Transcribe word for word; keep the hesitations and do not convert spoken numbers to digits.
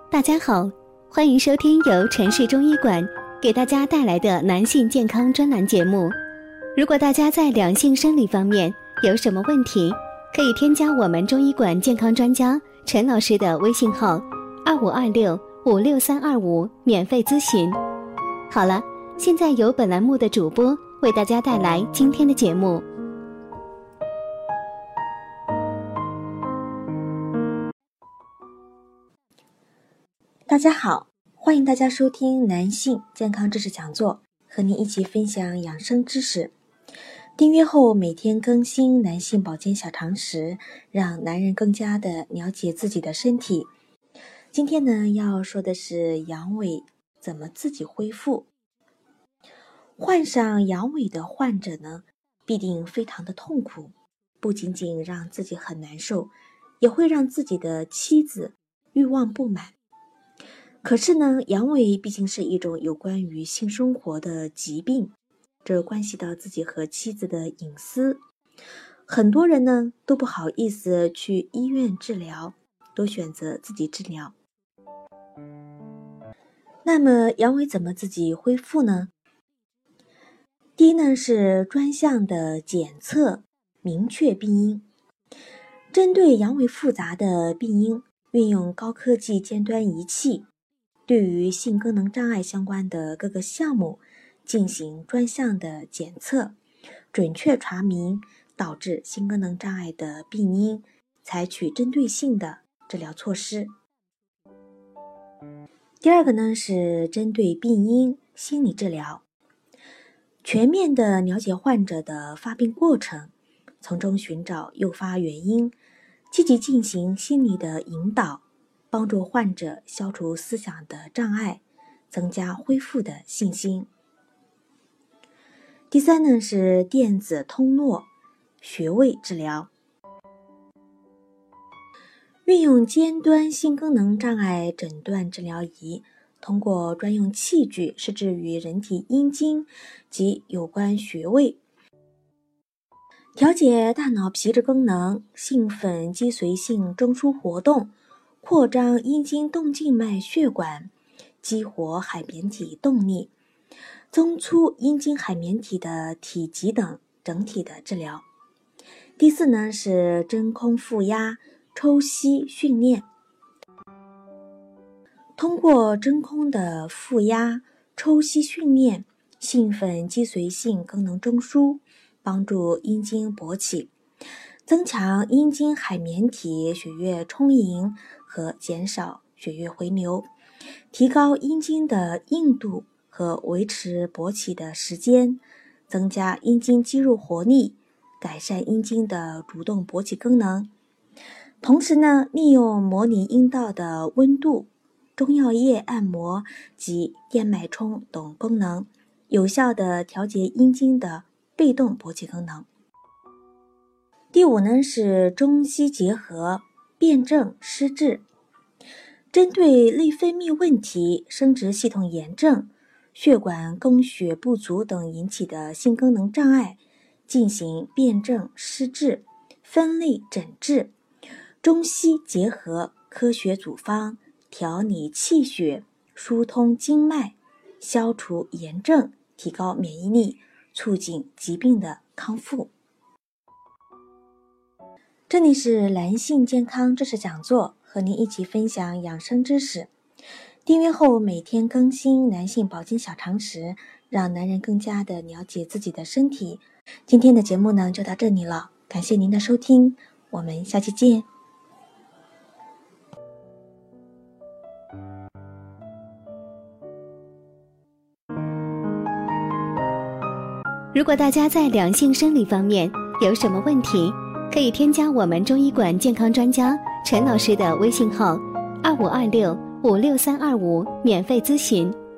大家好，欢迎收听由城市中医馆给大家带来的男性健康专栏节目。如果大家在两性生理方面有什么问题，可以添加我们中医馆健康专家陈老师的微信号二五二六五六三二五免费咨询。好了，现在由本栏目的主播为大家带来今天的节目。 大家好，欢迎大家收听男性健康知识讲座，和您一起分享养生知识。订阅后每天更新男性保健小常识，让男人更加的了解自己的身体。今天呢，要说的是阳痿怎么自己恢复。患上阳痿的患者呢，必定非常的痛苦，不仅仅让自己很难受，也会让自己的妻子欲望不满。可是呢，阳痿毕竟是一种有关于性生活的疾病，这关系到自己和妻子的隐私。很多人呢都不好意思去医院治疗，都选择自己治疗。那么阳痿怎么自己恢复呢？第一呢是专项的检测，明确病因。针对阳痿复杂的病因，运用高科技尖端仪器，对于性功能障碍相关的各个项目进行专项的检测，准确查明导致性功能障碍的病因，采取针对性的治疗措施。第二个呢是针对病因心理治疗，全面的了解患者的发病过程，从中寻找诱发原因，积极进行心理的引导，帮助患者消除思想的障碍，增加恢复的信心。第三呢是电子通络穴位治疗，运用尖端性功能障碍诊断治疗仪，通过专用器具施治于人体阴茎及有关穴位，调节大脑皮质功能，兴奋脊髓性中枢活动，扩张阴茎动静脉血管，激活海绵体动力，增粗阴茎海绵体的体积等整体的治疗。第四呢是真空负压抽吸训练，通过真空的负压抽吸训练，兴奋脊髓性功能中枢，帮助阴茎勃起，增强阴茎海绵体血液充盈和减少血液回流，提高阴茎的硬度和维持勃起的时间，增加阴茎肌肉活力，改善阴茎的主动勃起功能。同时呢，利用模拟阴道的温度、中药液按摩及燕脉冲等功能，有效地调节阴茎的被动勃起功能。第五呢是中西结合，辩证施治，针对内分泌问题、生殖系统炎症、血管供血不足等引起的性功能障碍，进行辩证施治，分类诊治，中西结合，科学组方，调理气血，疏通经脉，消除炎症，提高免疫力，促进疾病的康复。这里是男性健康知识讲座，和您一起分享养生知识。订阅后每天更新男性保健小常识，让男人更加的了解自己的身体。今天的节目呢就到这里了，感谢您的收听，我们下期见。 如果大家在两性生理方面有什么问题，可以添加我们中医馆健康专家陈老师的微信号二五二六五六三二五免费咨询。